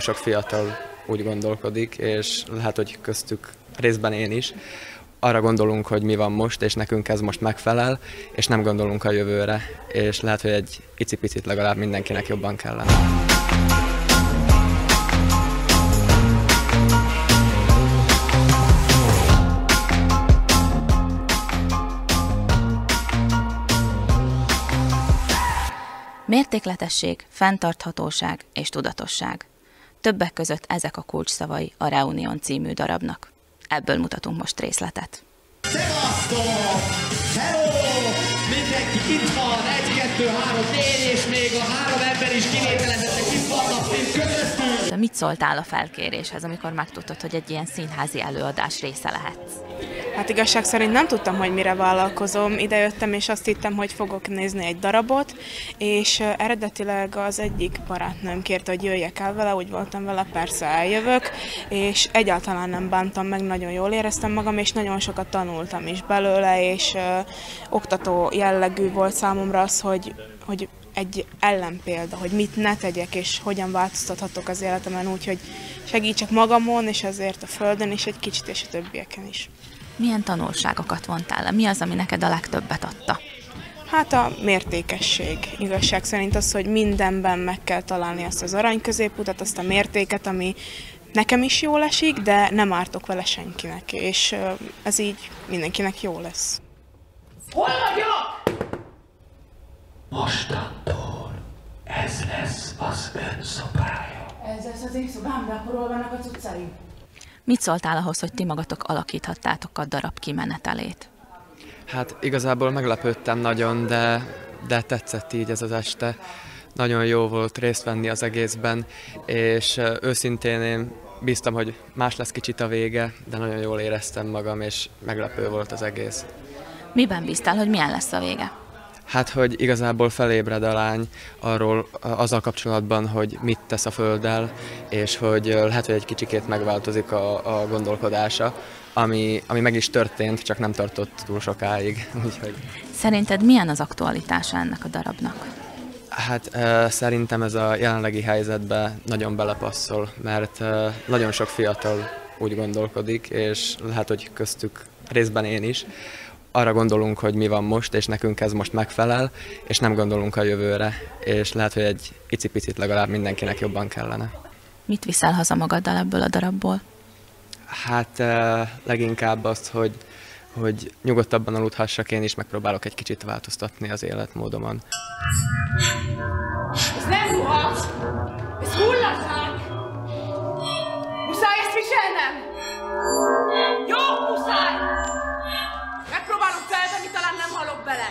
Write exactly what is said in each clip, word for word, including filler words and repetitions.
sok fiatal úgy gondolkodik, és lehet, hogy köztük részben én is. Arra gondolunk, hogy mi van most, és nekünk ez most megfelel, és nem gondolunk a jövőre, és lehet, hogy egy icipicit legalább mindenkinek jobban kellene. Mértékletesség, fenntarthatóság és tudatosság. Többek között ezek a kulcsszavai a Reunion című darabnak. Ebből mutatunk most részletet. Szevasztok! Hello! Mindenki itt van, egy, kettő, három, négy, és még a három ember is kivételezettek itt vannak még közöttünk. De mit szóltál a felkéréshez, amikor megtudtad, hogy egy ilyen színházi előadás része lehetsz? Hát igazság szerint nem tudtam, hogy mire vállalkozom. Ide jöttem, és azt hittem, hogy fogok nézni egy darabot, és eredetileg az egyik barátnőm kérte, hogy jöjjek el vele, úgy voltam vele, persze eljövök, és egyáltalán nem bántam meg, nagyon jól éreztem magam, és nagyon sokat tanultam is belőle, és ö, oktató jellegű volt számomra az, hogy, hogy egy ellenpélda, hogy mit ne tegyek, és hogyan változtathatok az életemen úgy, hogy segítsek magamon, és azért a földön, és egy kicsit, és a többieken is. Milyen tanulságokat vontál le? Mi az, ami neked a legtöbbet adta? Hát a mértékesség. Igazság szerint az, hogy mindenben meg kell találni azt az arany középutat, azt a mértéket, ami nekem is jól esik, de nem ártok vele senkinek, és ez így mindenkinek jó lesz. Hol vagyok? Mostantól ez lesz az ön szobája. Ez lesz az én szobám, de akkor hol vannak a cuccaim? Mit szóltál ahhoz, hogy ti magatok alakíthattátok a darab kimenetelét? Hát igazából meglepődtem nagyon, de, de tetszett így ez az este. Nagyon jó volt részt venni az egészben, és őszintén én bíztam, hogy más lesz kicsit a vége, de nagyon jól éreztem magam, és meglepő volt az egész. Miben bíztál, hogy milyen lesz a vége? Hát, hogy igazából felébred a lány arról, azzal kapcsolatban, hogy mit tesz a földdel, és hogy lehet, hogy egy kicsikét megváltozik a, a gondolkodása, ami, ami meg is történt, csak nem tartott túl sokáig. Úgyhogy... Szerinted milyen az aktualitása ennek a darabnak? Hát uh, szerintem ez a jelenlegi helyzetben nagyon belepasszol, mert uh, nagyon sok fiatal úgy gondolkodik, és lehet, hogy köztük részben én is. Arra gondolunk, hogy mi van most, és nekünk ez most megfelel, és nem gondolunk a jövőre, és lehet, hogy egy icipicit legalább mindenkinek jobban kellene. Mit viszel haza magaddal ebből a darabból? Hát uh, leginkább azt, hogy, hogy nyugodtabban aludhassak, én is megpróbálok egy kicsit változtatni az életmódomon. Ez nem ruha! Ez hulladék! Muszáj ezt viselnem! Jó, muszáj! Megpróbálom felvenni, talán nem halok bele!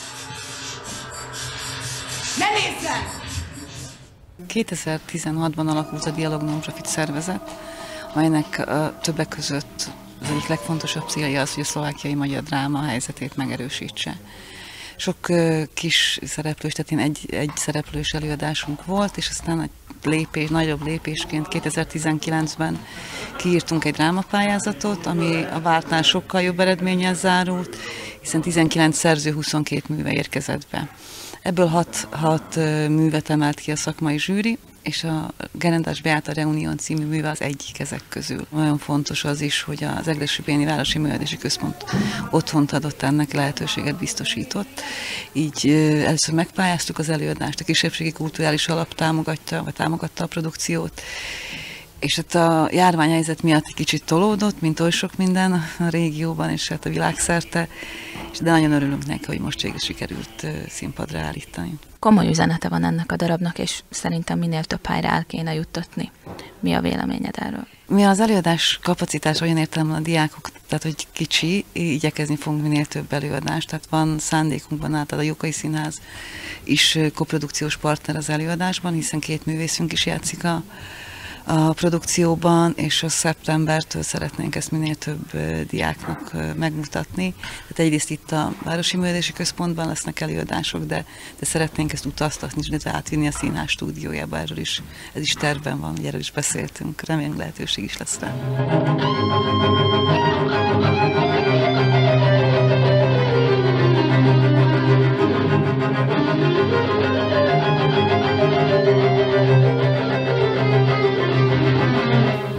Ne nézzen! kétezer-tizenhatban alakult a Dialog Non-Profit szervezet, amelynek uh, többek között az egyik legfontosabb célja az, hogy a szlovákiai magyar dráma helyzetét megerősítse. Sok uh, kis szereplős, tehát én egy, egy szereplős előadásunk volt, és aztán egy lépés, nagyobb lépésként kétezer-tizenkilencben kiírtunk egy drámapályázatot, ami a vártnál sokkal jobb eredménnyel zárult, hiszen tizenkilenc szerző huszonkét műve érkezett be. Ebből hat, hat művet emelt ki a szakmai zsűri, és a Gerendás Beáta Reunion című műve az egyik ezek közül. Nagyon fontos az is, hogy az Egressy-Béni Városi Művelődési Központ otthont adott, ennek lehetőséget biztosított. Így először megpályáztuk az előadást, a Kisebbségi Kulturális Alap támogatta, vagy támogatta a produkciót, és hát a járványhelyzet miatt egy kicsit tolódott, mint oly sok minden a régióban, és hát a világszerte, de nagyon örülünk neki, hogy most végül sikerült színpadra állítani. Komoly üzenete van ennek a darabnak, és szerintem minél több helyre el kéne juttatni. Mi a véleményed erről? Mi az előadás kapacitás olyan értelemben a diákok, tehát hogy kicsi, igyekezni fogunk minél több előadást, tehát van szándékunkban által a Jókai Színház is koprodukciós partner az előadásban, hiszen két művészünk is játszik a a produkcióban, és a szeptembertől szeretnénk ezt minél több diáknak megmutatni. Tehát egyrészt itt a Városi Művelődési Központban lesznek előadások, de, de szeretnénk ezt utaztatni, illetve átvinni a színház stúdiójába, erről is, ez is tervben van, erről is beszéltünk, remélem lehetőség is lesz rá.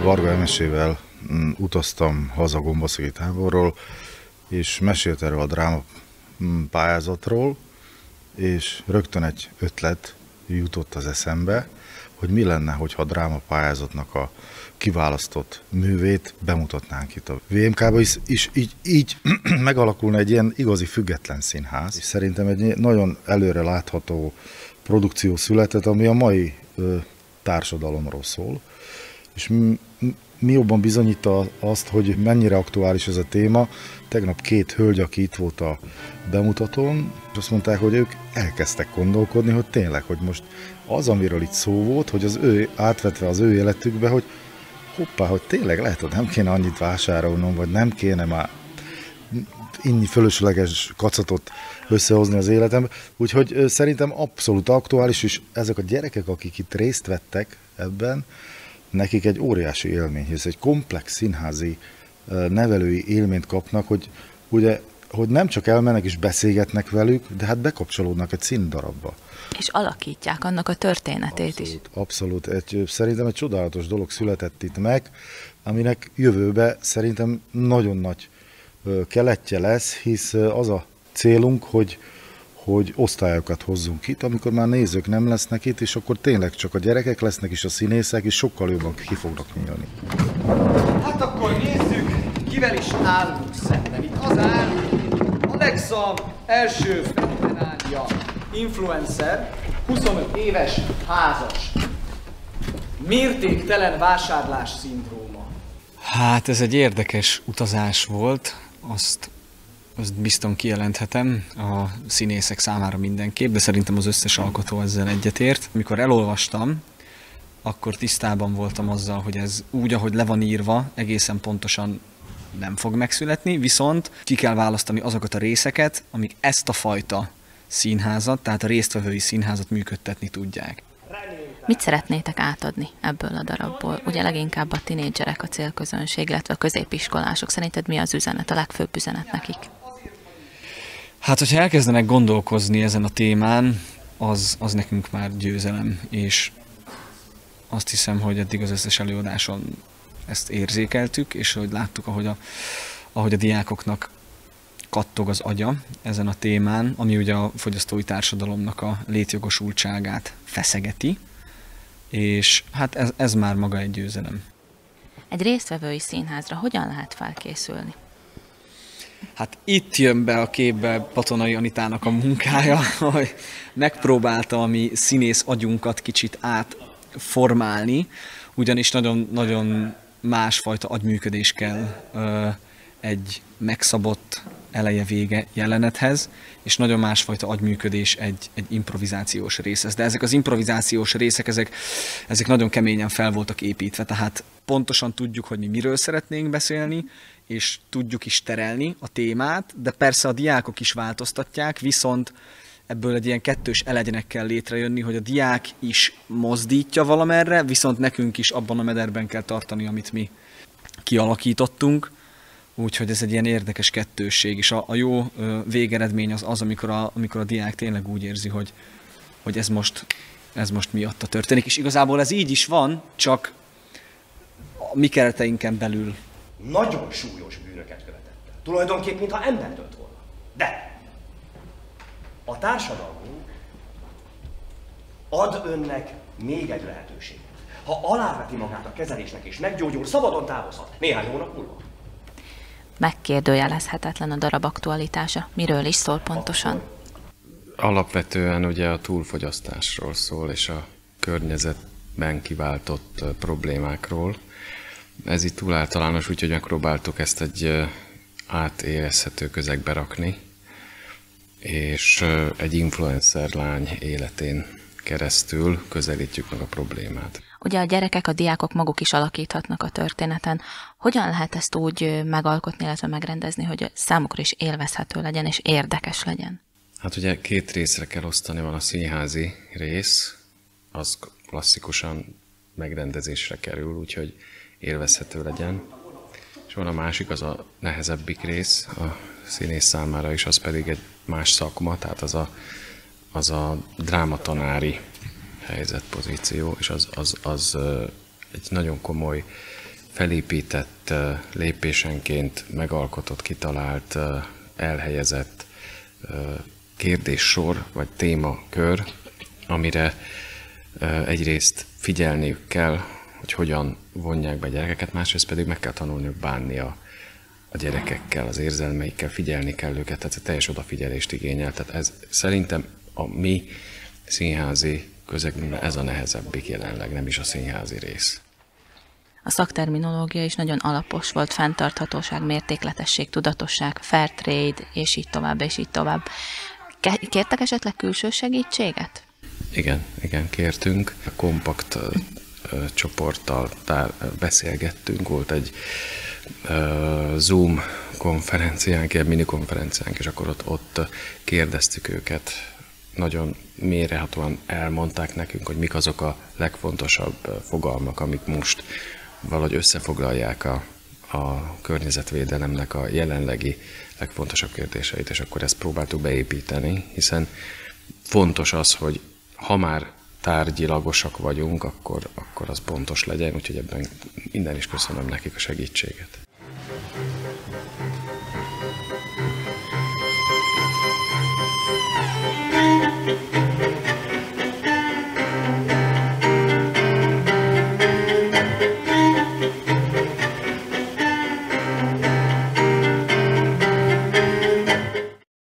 Varga Emesével utaztam haza Gombaszegi táborról, és mesélt erről a dráma pályázatról, és rögtön egy ötlet jutott az eszembe, hogy mi lenne, hogyha a dráma pályázatnak a kiválasztott művét bemutatnánk itt a vé em ká-ba, is, is így, így megalakulna egy ilyen igazi független színház. És szerintem egy nagyon előre látható produkció született, ami a mai ö, társadalomról szól. És mi, mi jobban bizonyítta azt, hogy mennyire aktuális ez a téma. Tegnap két hölgy, aki itt volt a bemutatón, és azt mondták, hogy ők elkezdtek gondolkodni, hogy tényleg, hogy most az, amiről itt szó volt, hogy az ő átvetve az ő életükbe, hogy hoppá, hogy tényleg lehet, hogy nem kéne annyit vásárolnom, vagy nem kéne már innyi fölösleges kacatot összehozni az életembe. Úgyhogy szerintem abszolút aktuális, és ezek a gyerekek, akik itt részt vettek ebben, nekik egy óriási élmény, hisz egy komplex színházi nevelői élményt kapnak, hogy ugye, hogy nem csak elmennek és beszélgetnek velük, de hát bekapcsolódnak egy színdarabba. És alakítják annak a történetét abszolút, is. Abszolút. Egy, szerintem egy csodálatos dolog született itt meg, aminek jövőbe szerintem nagyon nagy keletje lesz, hisz az a célunk, hogy, hogy osztályokat hozzunk itt, amikor már nézők nem lesznek itt, és akkor tényleg csak a gyerekek lesznek, és a színészek, és sokkal jobban ki fognak nyílni. Hát akkor nézzük, kivel is állunk szemben. Itt az áll, Alexa első fenomenálja, influencer, huszonöt éves, házas. Mértéktelen vásárlás szindróma. Hát ez egy érdekes utazás volt, azt, azt bizton kijelenthetem a színészek számára mindenképp, de szerintem az összes alkotó ezzel egyetért. Amikor elolvastam, akkor tisztában voltam azzal, hogy ez úgy, ahogy le van írva, egészen pontosan nem fog megszületni, viszont ki kell választani azokat a részeket, amik ezt a fajta színházat, tehát a résztvevői színházat működtetni tudják. Mit szeretnétek átadni ebből a darabból? Ugye leginkább a tinédzserek a célközönség, illetve a középiskolások. Szerinted mi az üzenet, a legfőbb üzenet nekik? Hát, hogyha elkezdenek gondolkozni ezen a témán, az, az nekünk már győzelem, és azt hiszem, hogy eddig az összes előadáson ezt érzékeltük, és hogy láttuk, ahogy a, ahogy a diákoknak kattog az agya ezen a témán, ami ugye a fogyasztói társadalomnak a létjogosultságát feszegeti, és hát ez, ez már maga egy győzelem. Egy résztvevői színházra hogyan lehet felkészülni? Hát itt jön be a képbe Patonai Anitának a munkája, hogy megpróbálta a mi színész agyunkat kicsit átformálni, ugyanis nagyon, nagyon másfajta agyműködés kell ö, egy megszabott eleje-vége jelenethez, és nagyon másfajta agyműködés egy, egy improvizációs részhez. De ezek az improvizációs részek, ezek, ezek nagyon keményen fel voltak építve, tehát pontosan tudjuk, hogy mi miről szeretnénk beszélni, és tudjuk is terelni a témát, de persze a diákok is változtatják, viszont ebből egy ilyen kettős elegyenek kell létrejönni, hogy a diák is mozdítja valamerre, viszont nekünk is abban a mederben kell tartani, amit mi kialakítottunk. Úgyhogy ez egy ilyen érdekes kettősség, és a, a jó ö, végeredmény az az, amikor a, amikor a diák tényleg úgy érzi, hogy, hogy ez, most, ez most miatta történik. És igazából ez így is van, csak a mi kereteinken belül. Nagyon súlyos bűnöket követett el. Tulajdonképp, mintha embert ölt volna. De a társadalmunk ad önnek még egy lehetőséget. Ha aláveti magát a kezelésnek és meggyógyul, szabadon távozhat néhány hónap múlva. Megkérdőjelezhetetlen a darab aktualitása. Miről is szól pontosan? Alapvetően ugye a túlfogyasztásról szól, és a környezetben kiváltott problémákról. Ez itt túl általános, úgyhogy megpróbáltuk ezt egy átérezhető közegbe rakni, és egy influencer lány életén keresztül közelítjük meg a problémát. Ugye a gyerekek, a diákok maguk is alakíthatnak a történeten. Hogyan lehet ezt úgy megalkotni, illetve megrendezni, hogy számukra is élvezhető legyen és érdekes legyen? Hát ugye két részre kell osztani, van a színházi rész, az klasszikusan megrendezésre kerül, úgyhogy élvezhető legyen. És van a másik, az a nehezebbik rész, a színész számára is, az pedig egy más szakma, tehát az a, az a drámatanári helyzetpozíció, és az, az, az egy nagyon komoly felépített, lépésenként megalkotott, kitalált, elhelyezett kérdéssor vagy témakör, amire egyrészt figyelniük kell, hogy hogyan vonják be a gyerekeket, másrészt pedig meg kell tanulniuk bánni a, a gyerekekkel, az érzelmeikkel, figyelni kell őket, tehát teljes odafigyelést igényel. Tehát ez szerintem a mi színházi közegünkben ez a nehezebbik jelenleg, nem is a színházi rész. A szakterminológia is nagyon alapos volt, fenntarthatóság, mértékletesség, tudatosság, fair trade, és így tovább, és így tovább. Kértek esetleg külső segítséget? Igen, igen, kértünk. A kompakt uh, uh, csoporttal tár, uh, beszélgettünk, volt egy uh, Zoom konferenciánk, egy minikonferenciánk, és akkor ott, ott kérdeztük őket. Nagyon mélyrehatóan elmondták nekünk, hogy mik azok a legfontosabb fogalmak, amik most valahogy összefoglalják a, a környezetvédelemnek a jelenlegi legfontosabb kérdéseit, és akkor ezt próbáltuk beépíteni, hiszen fontos az, hogy ha már tárgyilagosak vagyunk, akkor, akkor az pontos legyen, úgyhogy ebben minden is köszönöm nekik a segítséget.